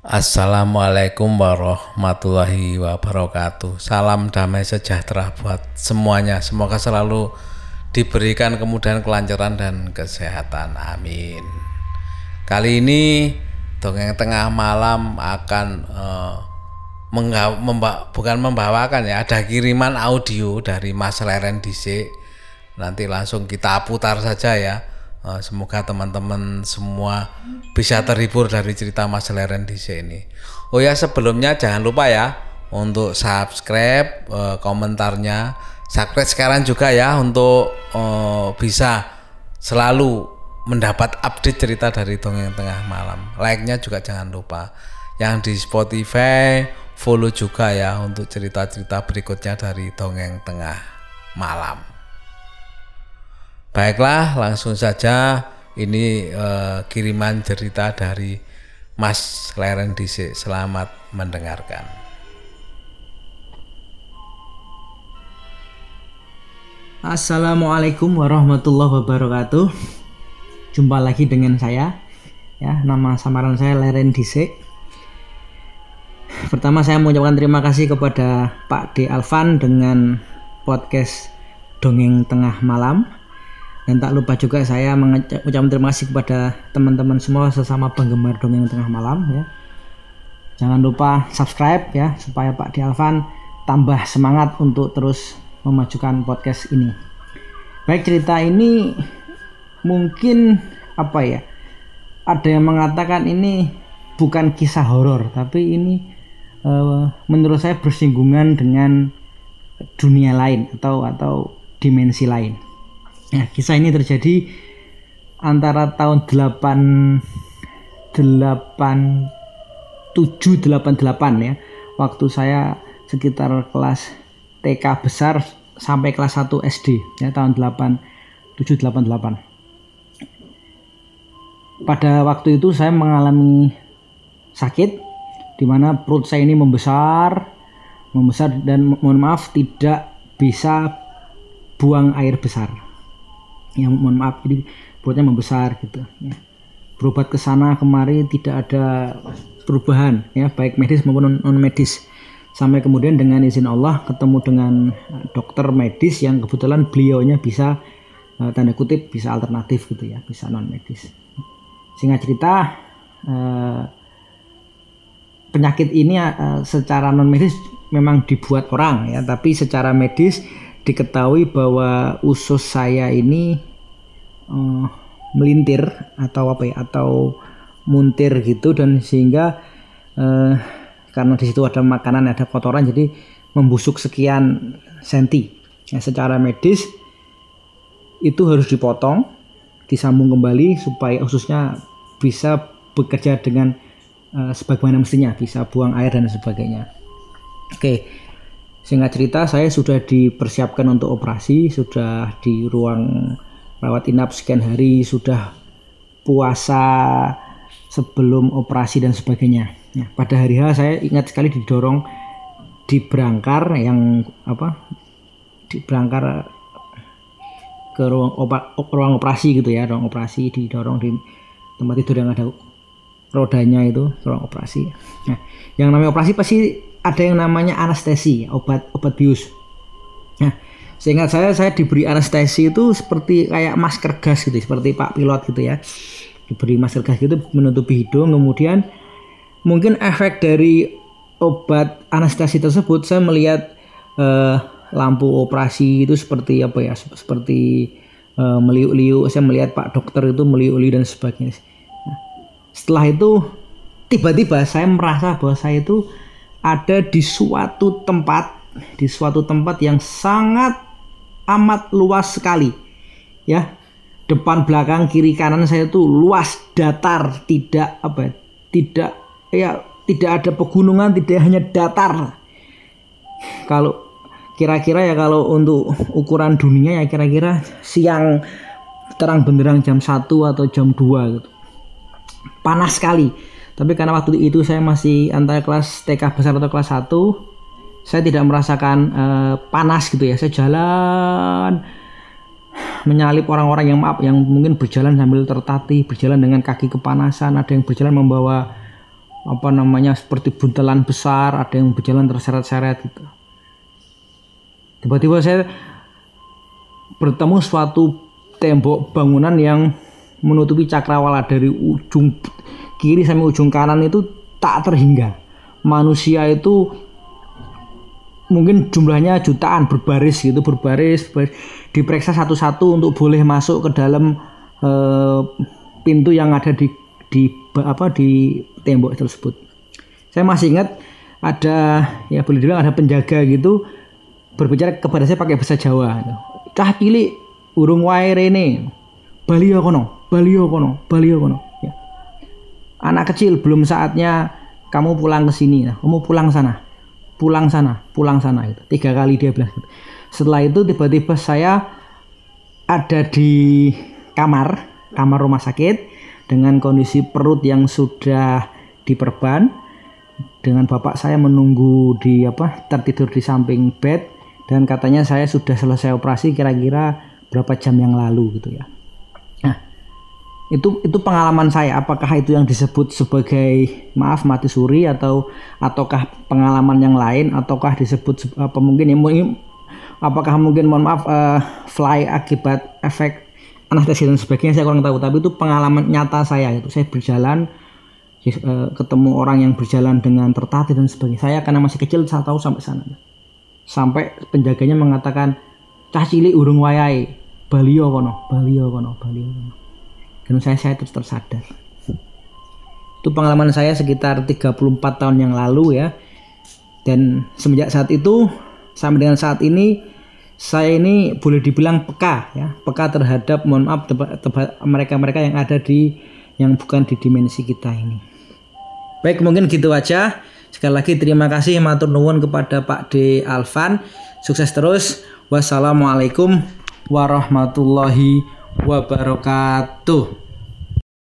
Assalamualaikum warahmatullahi wabarakatuh. Salam damai sejahtera buat semuanya. Semoga selalu diberikan kemudahan, kelancaran, dan kesehatan. Amin. Kali ini Dongeng Tengah Malam akan bukan membawakan ya, ada kiriman audio dari Mas Leren Dhisik. Nanti langsung kita putar saja ya. Semoga teman-teman semua bisa terhibur dari cerita Mas Leren Dhisik ini. Oh ya, sebelumnya jangan lupa ya untuk subscribe, komentarnya subscribe sekarang juga ya, untuk bisa selalu mendapat update cerita dari Dongeng Tengah Malam. Like-nya juga jangan lupa. Yang di Spotify follow juga ya untuk cerita-cerita berikutnya dari Dongeng Tengah Malam. Baiklah, langsung saja ini kiriman cerita dari Mas Leren Dhisik. Selamat mendengarkan. Assalamualaikum warahmatullahi wabarakatuh. Jumpa lagi dengan saya ya, nama samaran saya Leren Dhisik. Pertama saya mengucapkan terima kasih kepada Pak D. Alvan dengan podcast Dongeng Tengah Malam. Dan tak lupa juga saya mengucapkan terima kasih kepada teman-teman semua sesama penggemar Dongeng Tengah Malam ya. Jangan lupa subscribe ya, supaya Pak D. Alvan tambah semangat untuk terus memajukan podcast ini. Baik, cerita ini mungkin ada yang mengatakan ini bukan kisah horor, tapi ini menurut saya bersinggungan dengan dunia lain atau dimensi lain. Ya, kisah ini terjadi antara tahun 8788 ya. Waktu saya sekitar kelas TK besar sampai kelas 1 SD ya, tahun 8788. Pada waktu itu saya mengalami sakit di mana perut saya ini membesar dan mohon maaf tidak bisa buang air besar. Ya, mohon maaf, jadi perutnya membesar gitu ya. Berobat ke sana kemari tidak ada perubahan ya, baik medis maupun non medis, sampai kemudian dengan izin Allah ketemu dengan dokter medis yang kebetulan beliaunya bisa tanda kutip bisa alternatif gitu ya, bisa non medis. Singkat cerita, penyakit ini secara non medis memang dibuat orang ya, tapi secara medis diketahui bahwa usus saya ini melintir atau muntir gitu, dan sehingga karena di situ ada makanan, ada kotoran, jadi membusuk sekian senti. Ya, secara medis itu harus dipotong, disambung kembali supaya ususnya bisa bekerja dengan sebagaimana mestinya, bisa buang air dan sebagainya. Oke. Singkat cerita, saya sudah dipersiapkan untuk operasi, sudah di ruang rawat inap sekian hari, sudah puasa sebelum operasi dan sebagainya. Nah, pada hari H saya ingat sekali didorong di berangkar ke ruang operasi gitu ya, ruang operasi, didorong di tempat tidur yang ada rodanya itu, ruang operasi. Nah, yang namanya operasi pasti ada yang namanya anestesi, obat bius. Nah, seingat saya diberi anestesi itu seperti kayak masker gas gitu, seperti Pak Pilot gitu ya. Diberi masker gas gitu menutupi hidung, kemudian mungkin efek dari obat anestesi tersebut saya melihat lampu operasi itu seperti seperti meliuk-liuk. Saya melihat Pak dokter itu meliuk-liuk dan sebagainya. Nah, setelah itu tiba-tiba saya merasa bahwa saya itu ada di suatu tempat yang sangat amat luas sekali ya. Depan belakang kiri kanan saya itu luas, datar, tidak ada pegunungan, tidak hanya datar. Kalau kira-kira ya, kalau untuk ukuran dunia ya kira-kira siang terang benderang jam 1 atau jam 2 gitu. Panas sekali. Tapi karena waktu itu saya masih antara kelas TK besar atau kelas 1, saya tidak merasakan panas gitu ya. Saya jalan menyalip orang-orang yang mungkin berjalan sambil tertatih, berjalan dengan kaki kepanasan, ada yang berjalan membawa seperti buntelan besar, ada yang berjalan terseret-seret gitu. Tiba-tiba saya bertemu suatu tembok bangunan yang menutupi cakrawala dari ujung kiri sampai ujung kanan itu tak terhingga. Manusia itu mungkin jumlahnya jutaan berbaris diperiksa satu-satu untuk boleh masuk ke dalam pintu yang ada di tembok tersebut. Saya masih ingat ada, ya boleh dibilang ada penjaga gitu berbicara kepada saya pakai bahasa Jawa. Cah cilik urung wae rene. Balio kono. Ya. Anak kecil, belum saatnya kamu pulang ke sini. Nah, kamu pulang sana gitu. 3 kali dia bilang gitu. Setelah itu tiba-tiba saya ada di kamar rumah sakit dengan kondisi perut yang sudah diperban, dengan bapak saya menunggu tertidur di samping bed, dan katanya saya sudah selesai operasi kira-kira berapa jam yang lalu gitu ya. Nah, itu pengalaman saya. Apakah itu yang disebut sebagai mati suri ataukah pengalaman yang lain, ataukah disebut apakah mungkin fly akibat efek anestesi dan sebagainya, saya kurang tahu. Tapi itu pengalaman nyata saya. Saya berjalan ketemu orang yang berjalan dengan tertatih dan sebagainya. Saya karena masih kecil saya tahu sampai sana. Sampai penjaganya mengatakan, cah cilik urung wayahe, balio kono. Dan saya terus tersadar. Itu pengalaman saya sekitar 34 tahun yang lalu ya. Dan semenjak saat itu sampai dengan saat ini, saya ini boleh dibilang peka terhadap mereka yang ada yang bukan di dimensi kita ini. Baik, mungkin gitu aja. Sekali lagi terima kasih matur nuwun kepada Pak D. Alvan. Sukses terus. Wassalamualaikum warahmatullahi wabarakatuh.